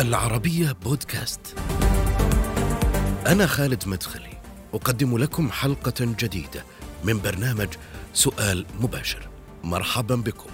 العربية بودكاست. أنا خالد مدخلي أقدم لكم حلقة جديدة من برنامج سؤال مباشر. مرحبا بكم.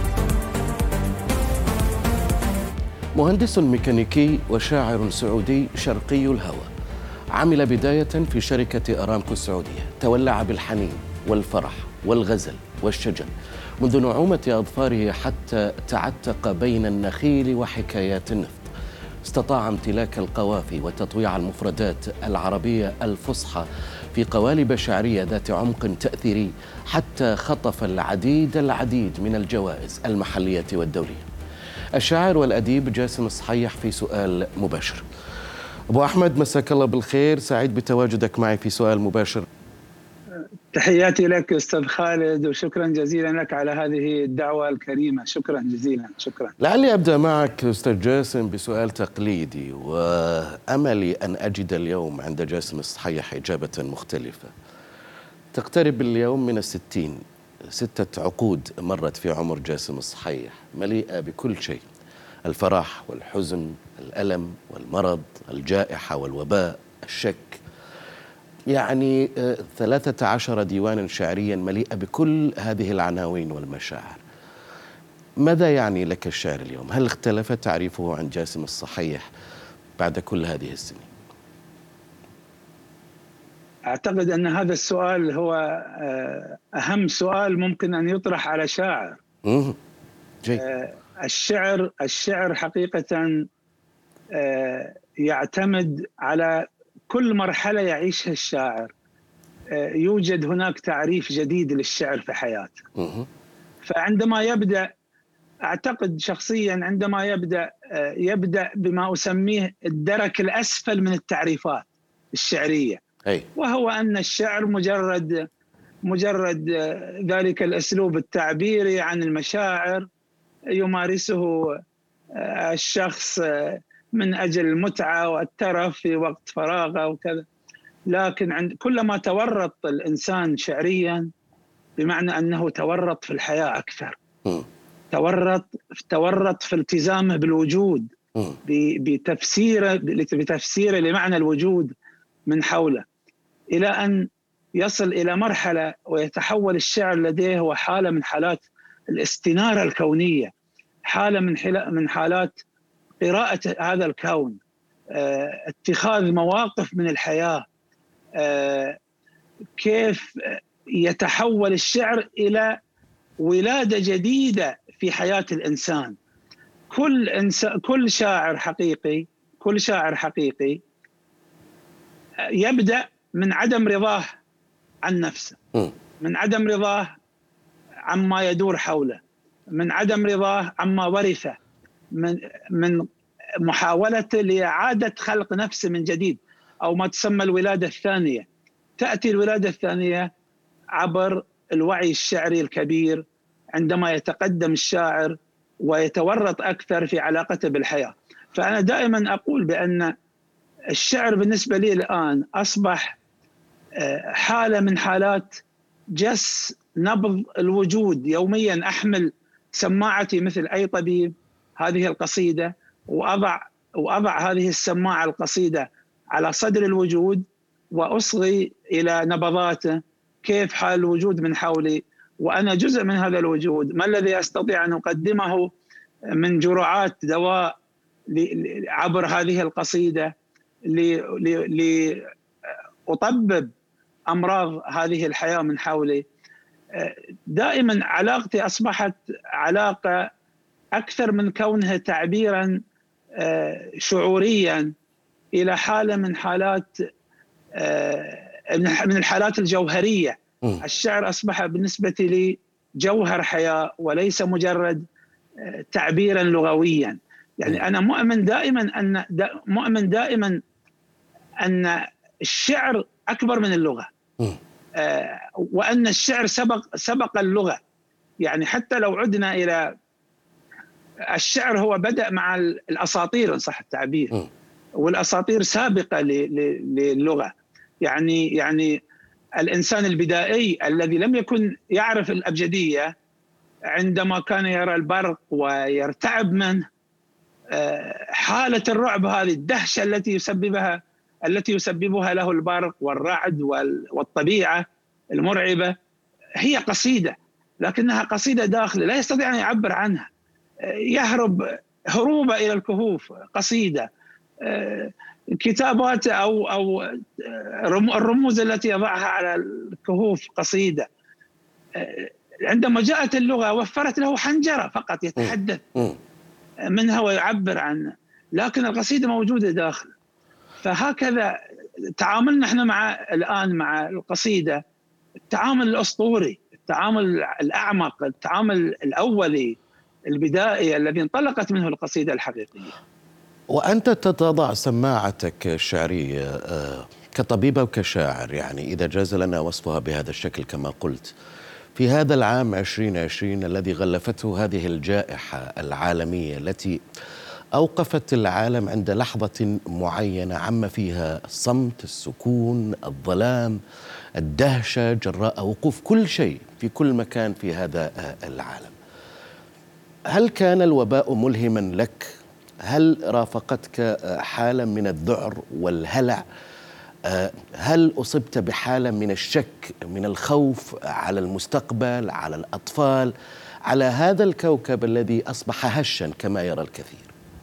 مهندس ميكانيكي وشاعر سعودي شرقي الهوى، عمل بداية في شركة أرامكو السعودية، تولع بالحنين والفرح والغزل والشجن منذ نعومة أظفاره حتى تعتق بين النخيل وحكايات النفط. استطاع امتلاك القوافي وتطويع المفردات العربية الفصحى في قوالب شعرية ذات عمق تأثيري، حتى خطف العديد من الجوائز المحلية والدولية. الشاعر والأديب جاسم الصحيح في سؤال مباشر. أبو أحمد، مساك الله بالخير، سعيد بتواجدك معي في سؤال مباشر. تحياتي لك أستاذ خالد، وشكرا جزيلا لك على هذه الدعوة الكريمة. شكرا جزيلا. شكرا. لعلي أبدأ معك أستاذ جاسم بسؤال تقليدي، وأملي أن أجد اليوم عند جاسم الصحيح إجابة مختلفة. تقترب اليوم من 60، 6 عقود مرت في عمر جاسم الصحيح، مليئة بكل شيء: الفرح والحزن، الألم والمرض، الجائحة والوباء، الشك، يعني 13 ديوانا شعريا مليئة بكل هذه العناوين والمشاعر. ماذا يعني لك الشعر اليوم؟ هل اختلف تعريفه عن جاسم الصحيح بعد كل هذه السنين؟ أعتقد أن هذا السؤال هو أهم سؤال ممكن أن يطرح على شاعر. الشعر حقيقة يعتمد على كل مرحلة يعيشها الشاعر. يوجد هناك تعريف جديد للشعر في حياته. فعندما يبدأ، أعتقد شخصيا عندما يبدأ بما أسميه الدرك الأسفل من التعريفات الشعرية، وهو أن الشعر مجرد ذلك الأسلوب التعبيري عن المشاعر يمارسه الشخص من أجل المتعة والترف في وقت فراغه وكذا. لكن كلما تورط الإنسان شعريا، بمعنى أنه تورط في الحياة أكثر، تورط في التزامه بالوجود، بتفسيره لمعنى الوجود من حوله، إلى أن يصل إلى مرحلة ويتحول الشعر لديه هو حالة من حالات الاستنارة الكونية، حالة من حالات قراءة هذا الكون، اتخاذ مواقف من الحياة. كيف يتحول الشعر إلى ولادة جديدة في حياة الإنسان. كل شاعر حقيقي يبدأ من عدم رضاه عن نفسه، من عدم رضاه عما يدور حوله، من عدم رضاه عما ورثه، من محاولته لإعادة خلق نفسه من جديد، أو ما تسمى الولادة الثانية. تأتي الولادة الثانية عبر الوعي الشعري الكبير، عندما يتقدم الشاعر ويتورط أكثر في علاقته بالحياة. فأنا دائما أقول بأن الشعر بالنسبة لي الآن أصبح حالة من حالات جس نبض الوجود. يوميا أحمل سماعتي مثل أي طبيب هذه القصيدة، وأضع هذه السماعة القصيدة على صدر الوجود، وأصغي إلى نبضاته، كيف حال الوجود من حولي، وأنا جزء من هذا الوجود. ما الذي أستطيع أن أقدمه من جرعات دواء عبر هذه القصيدة لأطبب أمراض هذه الحياة من حولي. دائما علاقتي أصبحت علاقة أكثر من كونها تعبيرا شعوريا، إلى حالة من حالات من الحالات الجوهرية. الشعر أصبح بالنسبة لي جوهر حياة، وليس مجرد تعبيرا لغويا. يعني أنا مؤمن دائما أن الشعر أكبر من اللغة، وأن الشعر سبق اللغة. يعني حتى لو عدنا إلى الشعر، هو بدأ مع الأساطير إن صح التعبير، والأساطير سابقة للغة. يعني الإنسان البدائي الذي لم يكن يعرف الأبجدية، عندما كان يرى البرق ويرتعب منه حالة الرعب هذه، الدهشة التي يسببها له البرق والرعد والطبيعة المرعبة، هي قصيدة، لكنها قصيدة داخلية لا يستطيع أن يعبر عنها، يهرب هروبه إلى الكهوف قصيدة، كتابات أو الرموز التي يضعها على الكهوف قصيدة. عندما جاءت اللغة وفرت له حنجرة فقط يتحدث منها ويعبر عنها، لكن القصيدة موجودة داخل. فهكذا تعاملنا احنا الآن مع القصيدة، التعامل الأسطوري، التعامل الأعمق، التعامل الأولي البدائي الذي انطلقت منه القصيدة الحقيقية. وأنت تضع سماعتك الشعرية كطبيب وكشاعر، يعني إذا جاز لنا وصفها بهذا الشكل كما قلت، في هذا العام 2020 الذي غلفته هذه الجائحة العالمية التي أوقفت العالم عند لحظة معينة عم فيها الصمت، السكون، الظلام، الدهشة جراء وقوف كل شيء في كل مكان في هذا العالم. هل كان الوباء ملهما لك؟ هل رافقتك حالة من الذعر والهلع؟ هل أصبت بحالة من الشك، من الخوف على المستقبل، على الأطفال، على هذا الكوكب الذي أصبح هشا كما يرى الكثير؟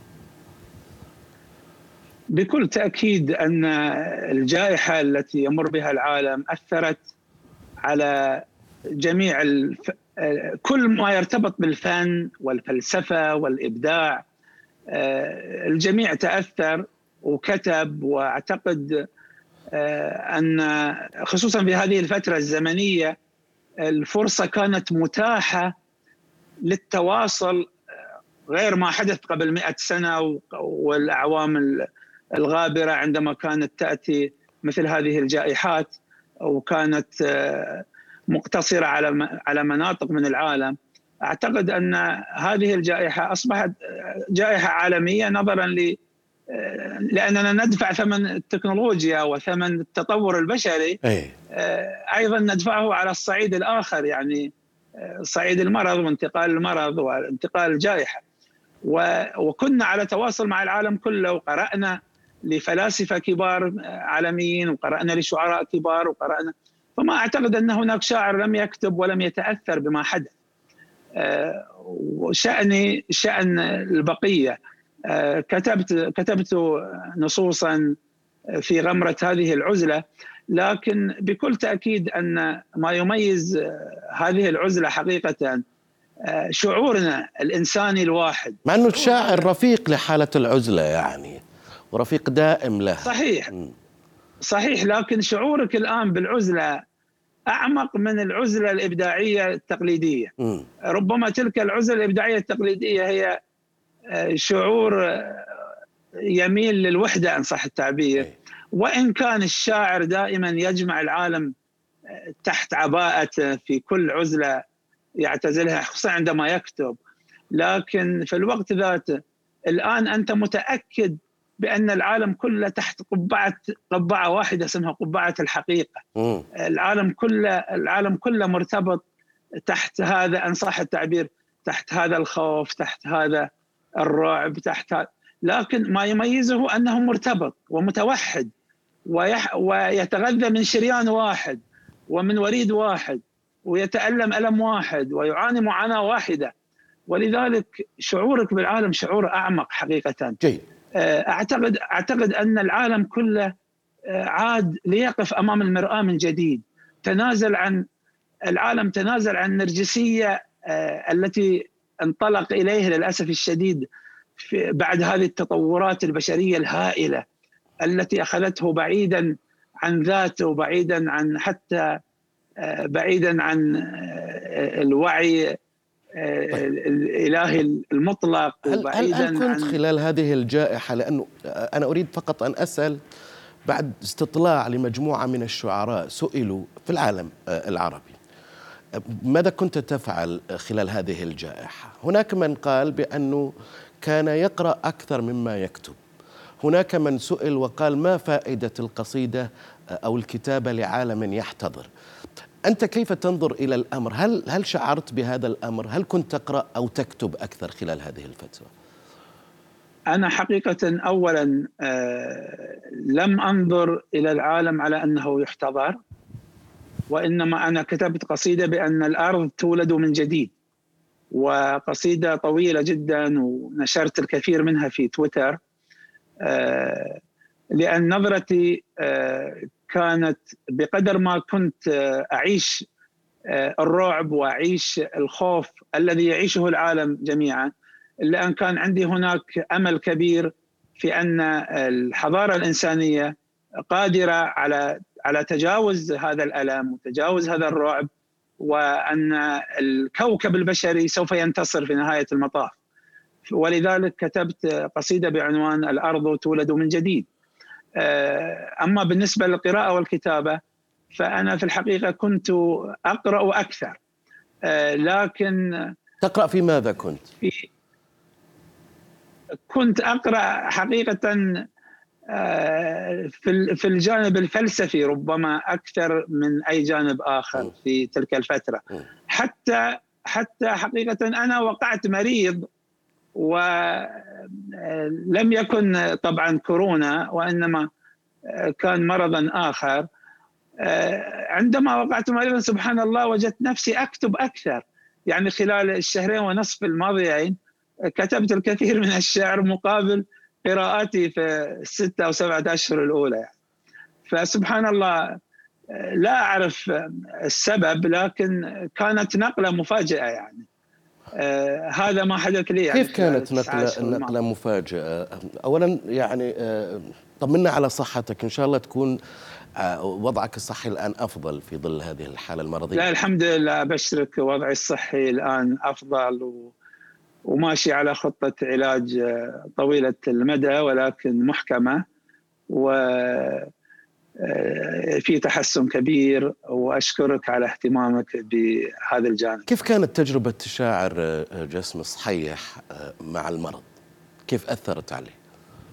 بكل تأكيد أن الجائحة التي يمر بها العالم أثرت على جميع كل ما يرتبط بالفن والفلسفة والإبداع. الجميع تأثر وكتب، وأعتقد أن خصوصا في هذه الفترة الزمنية الفرصة كانت متاحة للتواصل غير ما حدث قبل 100 سنة والأعوام الغابرة، عندما كانت تأتي مثل هذه الجائحات وكانت مقتصرة على مناطق من العالم. أعتقد أن هذه الجائحة أصبحت جائحة عالمية نظرا لأننا ندفع ثمن التكنولوجيا وثمن التطور البشري، أيضا ندفعه على الصعيد الآخر، يعني صعيد المرض وانتقال المرض وانتقال الجائحة. وكنا على تواصل مع العالم كله، وقرأنا لفلاسفة كبار عالميين، وقرأنا لشعراء كبار، وقرأنا، فما أعتقد أن هناك شاعر لم يكتب ولم يتأثر بما حدث. شأن البقية، كتبت نصوصا في غمرة هذه العزلة، لكن بكل تأكيد أن ما يميز هذه العزلة حقيقة شعورنا الإنساني الواحد، مع أنه الشاعر رفيق لحالة العزلة يعني، ورفيق دائم له. صحيح، لكن شعورك الآن بالعزلة أعمق من العزلة الإبداعية التقليدية. ربما تلك العزلة الإبداعية التقليدية هي شعور يميل للوحدة إن صح التعبير، وإن كان الشاعر دائما يجمع العالم تحت عباءته في كل عزلة يعتزلها، خصوصا عندما يكتب، لكن في الوقت ذاته الآن أنت متأكد بأن العالم كله تحت قبعة واحدة اسمها قبعة الحقيقة. العالم كله مرتبط تحت هذا إن صح التعبير، تحت هذا الخوف، تحت هذا الرعب، لكن ما يميزه أنه مرتبط ومتوحد ويتغذى من شريان واحد ومن وريد واحد، ويتألم ألم واحد ويعاني معاناة واحدة، ولذلك شعورك بالعالم شعور أعمق حقيقة. أعتقد أن العالم كله عاد ليقف أمام المرآة من جديد، العالم تنازل عن النرجسية التي انطلق إليه للأسف الشديد بعد هذه التطورات البشرية الهائلة التي أخذته بعيدا عن ذاته، وبعيدا عن حتى بعيدا عن الوعي الإلهي المطلق، وبعيدا هل كنت خلال هذه الجائحة، لأنه أنا أريد فقط أن أسأل بعد استطلاع لمجموعة من الشعراء سئلوا في العالم العربي ماذا كنت تفعل خلال هذه الجائحة؟ هناك من قال بأنه كان يقرأ أكثر مما يكتب، هناك من سئل وقال ما فائدة القصيدة أو الكتابة لعالم يحتضر. أنت كيف تنظر إلى الأمر؟ هل شعرت بهذا الأمر؟ هل كنت تقرأ أو تكتب أكثر خلال هذه الفترة؟ أنا حقيقة أولا لم أنظر إلى العالم على أنه يحتضر، وإنما أنا كتبت قصيدة بأن الأرض تولد من جديد، وقصيدة طويلة جدا ونشرت الكثير منها في تويتر، لأن نظرتي كانت بقدر ما كنت أعيش الرعب وأعيش الخوف الذي يعيشه العالم جميعا، إلا أن كان عندي هناك أمل كبير في أن الحضارة الإنسانية قادرة على تجاوز هذا الألم وتجاوز هذا الرعب، وأن الكوكب البشري سوف ينتصر في نهاية المطاف. ولذلك كتبت قصيدة بعنوان الأرض تولد من جديد. أما بالنسبة للقراءة والكتابة فأنا في الحقيقة كنت أقرأ أكثر، لكن تقرأ في ماذا كنت؟ كنت أقرأ حقيقة في الجانب الفلسفي ربما أكثر من أي جانب آخر في تلك الفترة. حتى حقيقة أنا وقعت مريض، ولم يكن طبعا كورونا وإنما كان مرضا آخر. عندما وقعت مريضا سبحان الله وجدت نفسي أكتب أكثر، يعني خلال الشهرين ونصف الماضيين كتبت الكثير من الشعر مقابل قراءاتي في 6 أو 7 أشهر الأولى يعني. فسبحان الله لا أعرف السبب، لكن كانت نقلة مفاجئة يعني. هذا ما حدث لي يعني. كيف كانت نقلة مفاجئة؟ أولا يعني طمنا على صحتك، إن شاء الله تكون وضعك الصحي الآن أفضل في ظل هذه الحالة المرضية. لا الحمد لله، أبشرك وضعي الصحي الآن أفضل وماشي على خطة علاج طويلة المدى ولكن محكمة، وفي تحسن كبير، وأشكرك على اهتمامك بهذا الجانب. كيف كانت تجربة شاعر جسم صحيح مع المرض؟ كيف أثرت عليه؟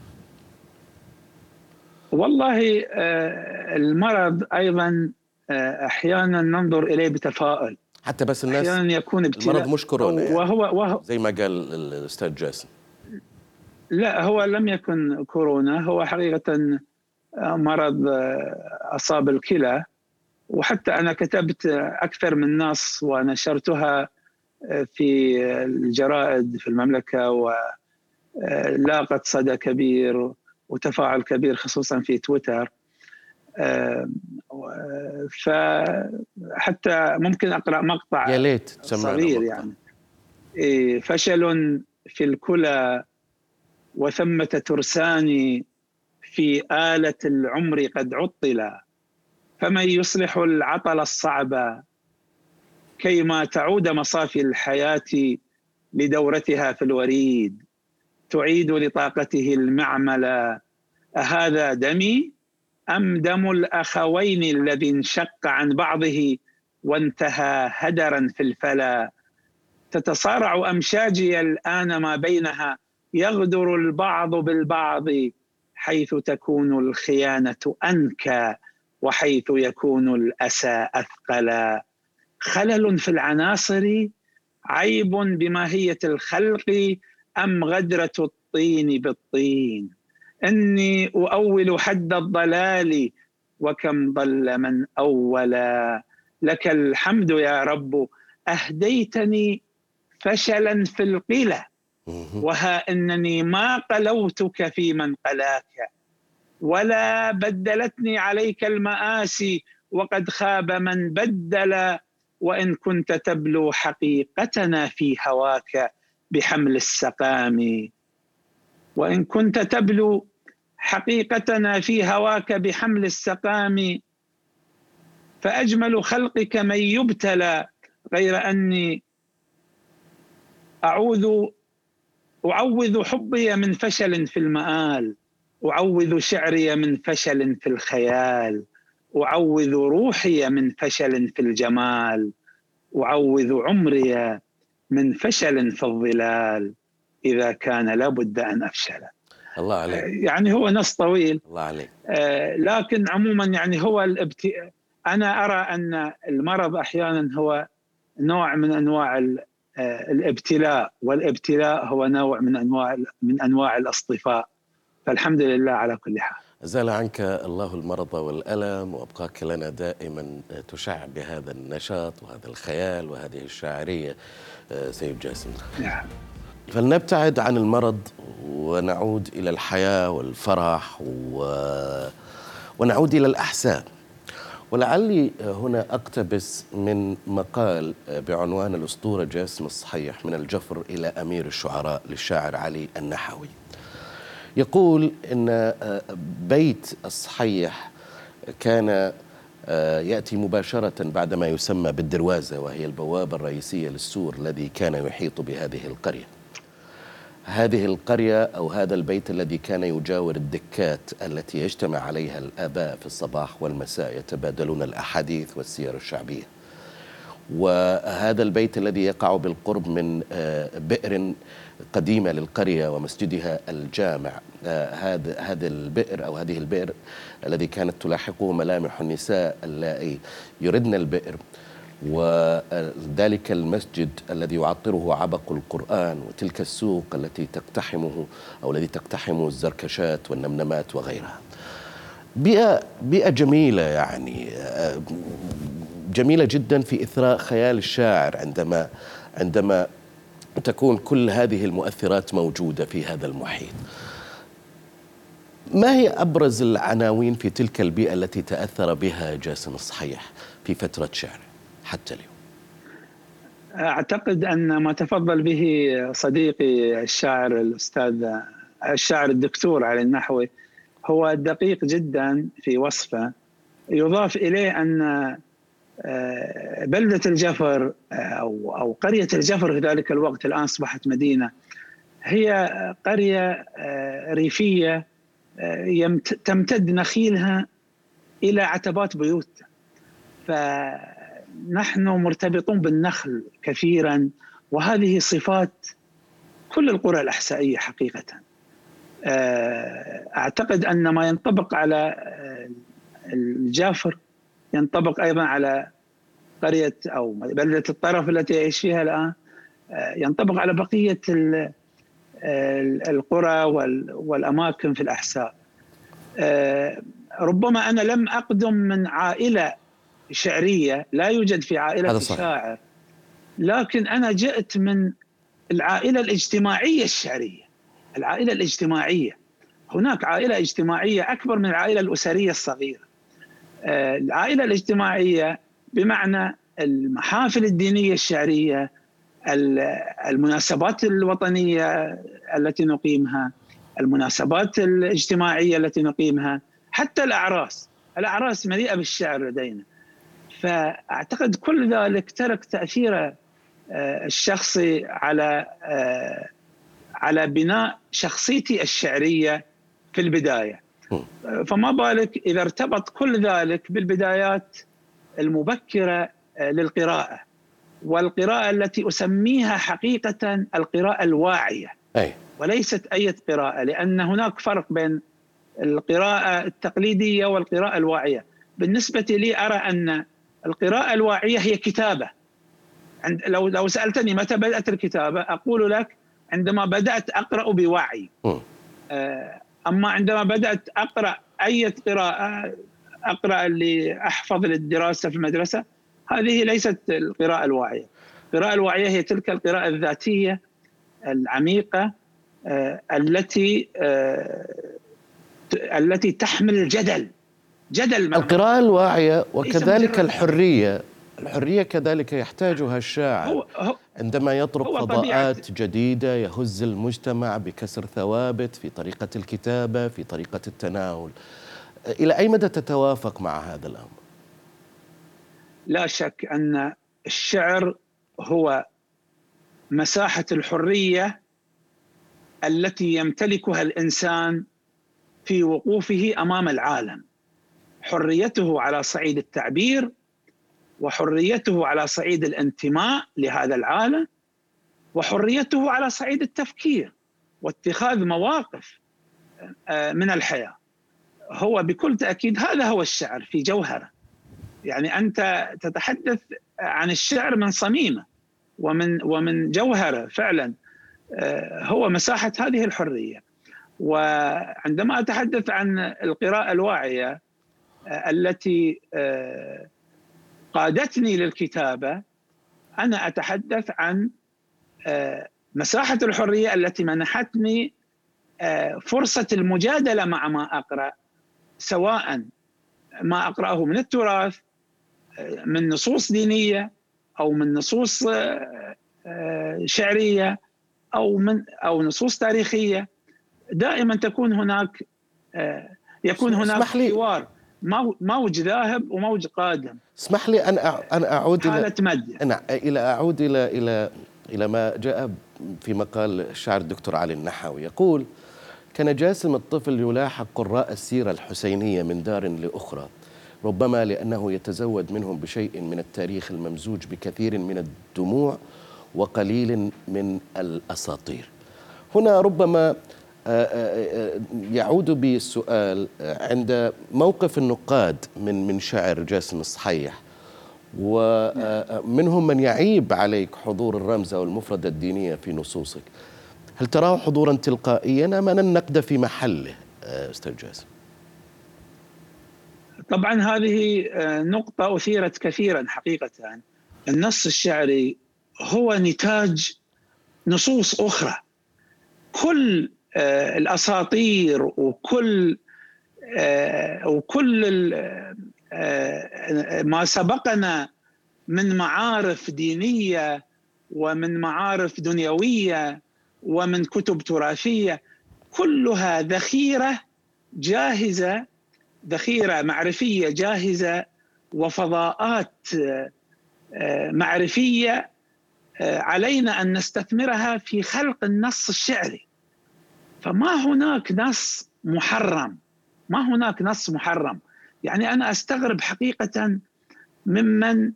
والله المرض أيضا أحيانا ننظر إليه بتفاؤل، حتى بس الناس أحيانا يكون ابتلاء. المرض مش كورونا يعني وهو زي ما قال الأستاذ جاسم. لا، هو لم يكن كورونا، هو حقيقة مرض أصاب الكلى، وحتى أنا كتبت أكثر من نص ونشرتها في الجرائد في المملكة، ولاقت صدى كبير وتفاعل كبير خصوصا في تويتر. فحتى ممكن أقرأ مقطع يا ليت صغير يعني. فشل في الكلى وثمة ترساني في آلة العمر قد عطلا، فمن يصلح العطل الصعب كيما تعود مصافي الحياة لدورتها في الوريد، تعيد لطاقته المعمل. أهذا دمي أم دم الأخوين الذي انشق عن بعضه وانتهى هدرا في الفلا، تتصارع أمشاجي الآن ما بينها، يغدر البعض بالبعض حيث تكون الخيانة أنكى وحيث يكون الأسى أثقلا. خلل في العناصر عيب بماهية الخلق أم غدرة الطين بالطين، إني أؤول حد الضلال وكم ضل من أولا. لك الحمد يا رب أهديتني فشلا في القلة، وها إنني ما قلوتك في من قلاك، ولا بدلتني عليك المآسي وقد خاب من بدل. وإن كنت تبلو حقيقتنا في هواك بحمل السقام، وإن كنت تبلو حقيقتنا في هواك بحمل السقام، فأجمل خلقك من يبتلى، غير أني أعوذ حبي من فشل في المآل، أعوذ شعري من فشل في الخيال، أعوذ روحي من فشل في الجمال، أعوذ عمري من فشل في الظلال، إذا كان لابد أن أفشل. الله عليك. يعني هو نص طويل. الله عليك. لكن عموما يعني هو أنا أرى أن المرض أحيانا هو نوع من أنواع الابتلاء، والابتلاء هو نوع من أنواع الاصطفاء، فالحمد لله على كل حال. زال عنك الله المرض والألم، وأبقاك لنا دائما تشع بهذا النشاط وهذا الخيال وهذه الشاعرية سيد جاسم. نعم. فلنبتعد عن المرض ونعود إلى الحياة والفرح ونعود إلى الأحسان. ولعلي هنا أقتبس من مقال بعنوان الأسطورة جاسم الصحيح من الجفر إلى أمير الشعراء للشاعر علي النحوي. يقول إن بيت الصحيح كان يأتي مباشرة بعد ما يسمى بالدروازة، وهي البوابة الرئيسية للسور الذي كان يحيط بهذه القرية. هذه القرية أو هذا البيت الذي كان يجاور الدكات التي يجتمع عليها الآباء في الصباح والمساء يتبادلون الأحاديث والسير الشعبية، وهذا البيت الذي يقع بالقرب من بئر قديمة للقرية ومسجدها الجامع. هذا البئر أو هذه البئر الذي كانت تلاحقه ملامح النساء اللائي يردن البئر، وذلك المسجد الذي يعطره عبق القرآن، وتلك السوق التي تقتحمه أو الذي تقتحمه الزركشات والنمنمات وغيرها. بيئة جميلة، يعني جميلة جدا في إثراء خيال الشاعر عندما تكون كل هذه المؤثرات موجودة في هذا المحيط. ما هي أبرز العناوين في تلك البيئة التي تأثر بها جاسم الصحيح في فترة شعره حتى اليوم؟ أعتقد أن ما تفضل به صديقي الشاعر الدكتور علي النحوي هو دقيق جدا في وصفه. يضاف إليه أن بلدة الجفر أو قرية الجفر في ذلك الوقت الآن أصبحت مدينة، هي قرية ريفية تمتد نخيلها إلى عتبات بيوت، فنحن مرتبطون بالنخل كثيرا، وهذه صفات كل القرى الأحسائية حقيقة. أعتقد أن ما ينطبق على الجافر ينطبق أيضا على قرية أو بلدة الطرف التي يعيش فيها الآن، ينطبق على بقية القرى والأماكن في الأحساء. ربما أنا لم أقدم من عائلة شعرية، لا يوجد في عائلة الشاعر، لكن أنا جئت من العائلة الاجتماعية الشعرية. العائلة الاجتماعية، هناك عائلة اجتماعية أكبر من العائلة الأسرية الصغيرة. العائلة الاجتماعية بمعنى المحافل الدينية الشعرية، المناسبات الوطنية التي نقيمها، المناسبات الاجتماعية التي نقيمها، حتى الأعراس مليئة بالشعر لدينا. فأعتقد كل ذلك ترك تأثير الشخصي على بناء شخصيتي الشعرية في البداية. فما بالك إذا ارتبط كل ذلك بالبدايات المبكرة للقراءة، والقراءة التي أسميها حقيقة القراءة الواعية وليست أي قراءة، لأن هناك فرق بين القراءة التقليدية والقراءة الواعية. بالنسبة لي أرى أن القراءة الواعية هي كتابة. لو سألتني متى بدأت الكتابة أقول لك عندما بدأت أقرأ بوعي. أما عندما بدأت أقرأ أي قراءة، أقرأ اللي أحفظ للدراسة في المدرسة، هذه ليست القراءة الواعية. القراءة الواعية هي تلك القراءة الذاتية العميقة التي تحمل الجدل القراءة الواعية، وكذلك الحرية كذلك يحتاجها الشاعر عندما يطرق فضاءات جديدة، يهز المجتمع بكسر ثوابت في طريقة الكتابة، في طريقة التناول. إلى أي مدى تتوافق مع هذا الأمر؟ لا شك أن الشعر هو مساحة الحرية التي يمتلكها الإنسان في وقوفه أمام العالم، حريته على صعيد التعبير، وحريته على صعيد الانتماء لهذا العالم، وحريته على صعيد التفكير واتخاذ مواقف من الحياة. هو بكل تأكيد هذا هو الشعر في جوهره. يعني أنت تتحدث عن الشعر من صميمه، ومن جوهره فعلا هو مساحة هذه الحرية. وعندما أتحدث عن القراءة الواعية التي قادتني للكتابة، أنا أتحدث عن مساحة الحرية التي منحتني فرصة المجادلة مع ما أقرأ، سواء ما أقرأه من التراث، من نصوص دينية أو من نصوص شعرية أو نصوص تاريخية. دائما تكون هناك يكون هناك حوار، موج ذاهب وموج قادم. اسمح لي أن أعود إلى ما جاء في مقال الشاعر الدكتور علي النحوي، يقول: كان جاسم الطفل يلاحق قراء السيرة الحسينية من دار لأخرى، ربما لأنه يتزود منهم بشيء من التاريخ الممزوج بكثير من الدموع وقليل من الأساطير. هنا ربما يعود بي السؤال عند موقف النقاد من شعر جاسم الصحيح، ومنهم من يعيب عليك حضور الرمز أو المفردة الدينية في نصوصك. هل تراه حضورا تلقائيا أم أن النقد في محله أستاذ جاسم؟ طبعا هذه نقطة أثيرت كثيرا حقيقة. النص الشعري هو نتاج نصوص أخرى. كل الأساطير وكل ما سبقنا من معارف دينية ومن معارف دنيوية ومن كتب تراثية، كلها ذخيرة جاهزة، ذخيرة معرفية جاهزة وفضاءات معرفية علينا أن نستثمرها في خلق النص الشعري. فما هناك نص محرم، ما هناك نص محرم. يعني أنا أستغرب حقيقة ممن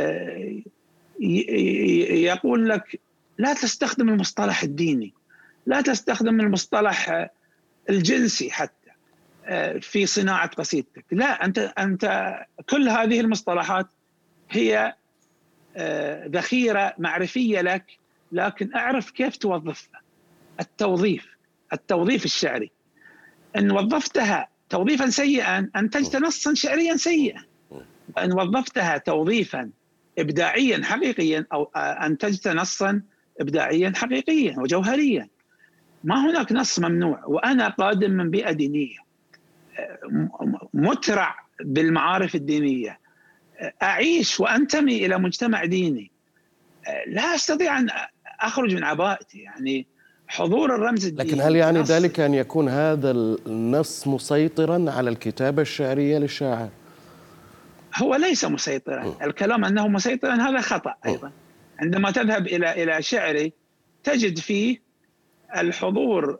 يقول لك لا تستخدم المصطلح الديني، لا تستخدم المصطلح الجنسي حتى في صناعة قصيدتك. لا، أنت كل هذه المصطلحات هي ذخيرة معرفية لك، لكن أعرف كيف توظفها. التوظيف الشعري، إن وظفتها توظيفا سيئا أنتجت نصا شعريا سيئا، وإن وظفتها توظيفا إبداعيا حقيقيا أو أنتجت نصا إبداعيا حقيقيا وجوهريا. ما هناك نص ممنوع. وأنا قادم من بيئة دينية، مترع بالمعارف الدينية، أعيش وأنتمي إلى مجتمع ديني، لا أستطيع أن أخرج من عبائتي. يعني حضور الرمز الديني، لكن هل يعني ذلك أن يكون هذا النص مسيطرا على الكتابة الشعرية للشاعر؟ هو ليس مسيطرا. الكلام أنه مسيطرا هذا خطأ أيضا. عندما تذهب إلى شعري تجد فيه الحضور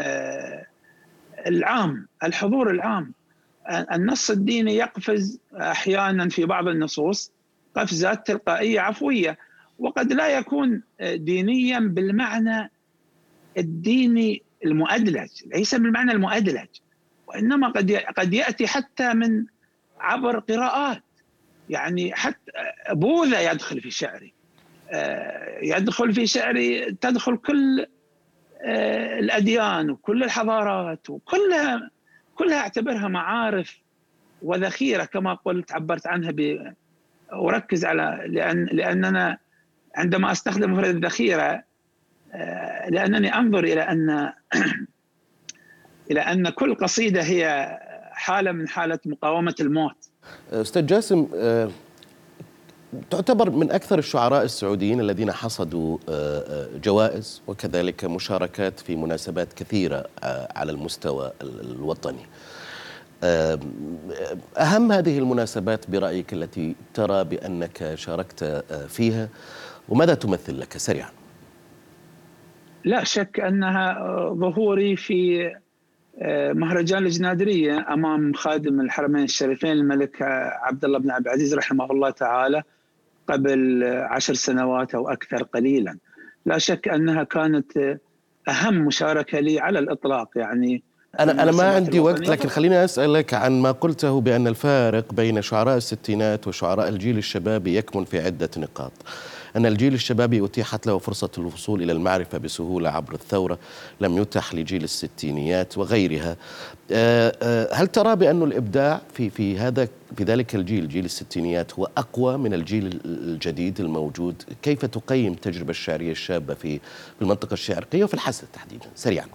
العام. الحضور العام. النص الديني يقفز أحيانا في بعض النصوص قفزات تلقائية عفوية، وقد لا يكون دينيا بالمعنى الديني المؤدلج، ليس بالمعنى المؤدلج، وإنما قد يأتي حتى من عبر قراءات. يعني حتى بوذا يدخل في شعري، يدخل في شعري، تدخل كل الأديان وكل الحضارات، وكلها أعتبرها معارف وذخيرة كما قلت، عبرت عنها أركز على لأننا عندما أستخدم مفرد الذخيرة لأنني أنظر إلى أن كل قصيدة هي حالة من حالة مقاومة الموت. أستاذ جاسم، تعتبر من أكثر الشعراء السعوديين الذين حصدوا جوائز وكذلك مشاركات في مناسبات كثيرة على المستوى الوطني. أهم هذه المناسبات برأيك التي ترى بأنك شاركت فيها، وماذا تمثل لك سريعا؟ لا شك أنها ظهوري في مهرجان الجنادرية أمام خادم الحرمين الشريفين الملك عبد الله بن عبد العزيز رحمه الله تعالى قبل 10 سنوات أو أكثر قليلا. لا شك أنها كانت أهم مشاركة لي على الإطلاق. يعني أنا ما عندي وقت، لكن خليني أسألك عن ما قلته بأن الفارق بين شعراء الستينات وشعراء الجيل الشبابي يكمن في عدة نقاط. أن الجيل الشبابي أتيحت له فرصة الوصول إلى المعرفة بسهولة عبر الثورة، لم يتح لجيل الستينيات وغيرها. هل ترى بأن الإبداع في ذلك الجيل، جيل الستينيات، هو أقوى من الجيل الجديد الموجود؟ كيف تقيم التجربة الشعرية الشابة في المنطقة الشرقية وفي الحسا تحديدا سريعا؟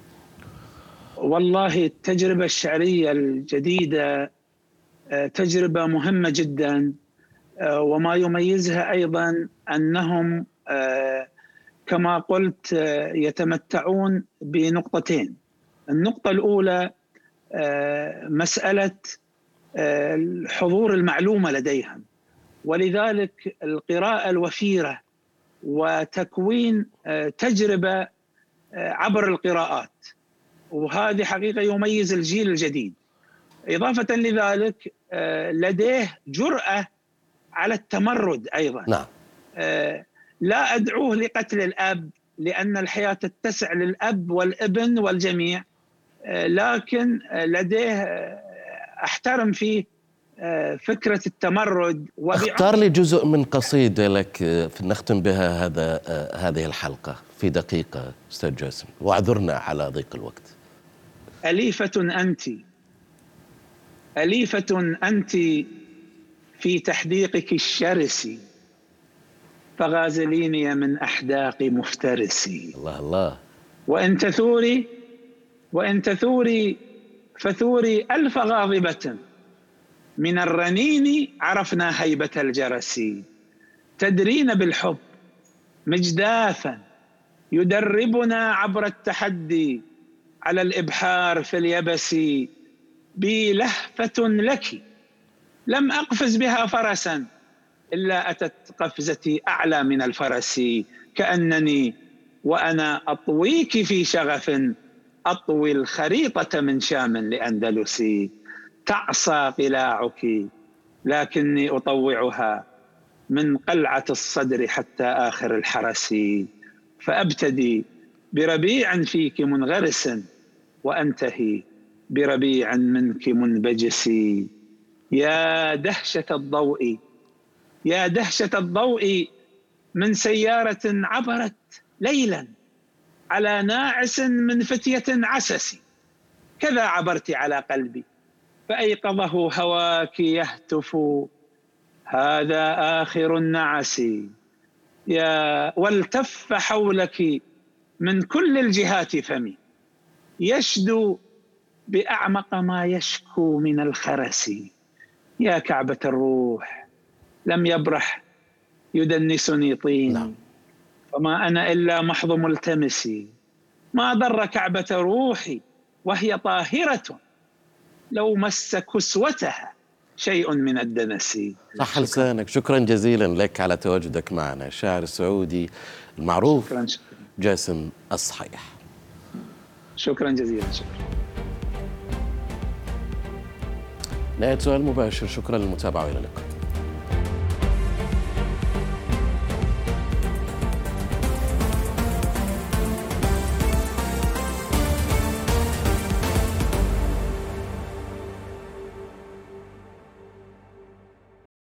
والله التجربة الشعرية الجديدة تجربة مهمة جدا، وما يميزها أيضا أنهم كما قلت يتمتعون بنقطتين. النقطة الأولى مسألة حضور المعلومة لديهم، ولذلك القراءة الوفيرة وتكوين تجربة عبر القراءات، وهذه حقيقة يميز الجيل الجديد. إضافة لذلك لديه جرأة على التمرد أيضا. نعم. لا أدعوه لقتل الأب، لأن الحياة تتسع للأب والابن والجميع، لكن لديه أحترم فيه فكرة التمرد. اختار لي جزء من قصيدة لك نختم بها هذه الحلقة في دقيقة أستاذ جاسم، واعذرنا على ضيق الوقت. أليفة أنت في تحديقك الشرس، فغازليني من أحداق مفترسي. الله الله. وإن تثوري فثوري ألف غاضبة، من الرنين عرفنا هيبة الجرس. تدرين بالحب مجدافا يدربنا عبر التحدي على الإبحار في اليبس. بي لهفة لك لم أقفز بها فرسا، إلا أتت قفزتي أعلى من الفرس. كأنني وأنا أطويك في شغف، أطوي الخريطة من شام لأندلس. تعصى قلاعك لكني أطوعها من قلعة الصدر حتى آخر الحرس. فأبتدي بربيع فيك منغرس، وأنتهي بربيع منك منبجس. يا دهشة الضوء، يا دهشة الضوء من سيارة عبرت ليلا على ناعس من فتية عسس. كذا عبرت على قلبي فأيقظه هواك يهتف، هذا آخر النعس. يا والتف حولك من كل الجهات فمي، يشدو بأعمق ما يشكو من الخرس. يا كعبة الروح لم يبرح يدنسني طين، فما أنا إلا محض ملتمس. ما ضر كعبة روحي وهي طاهرة، لو مس كسوتها شيء من الدنس. صح لسانك. شكرا جزيلا لك على تواجدك معنا، الشاعر السعودي المعروف شكرا. جاسم الصحيح. شكرا جزيلا. شكرا. نهاية سؤال مباشر. شكرا للمتابعة وإلى اللقاء.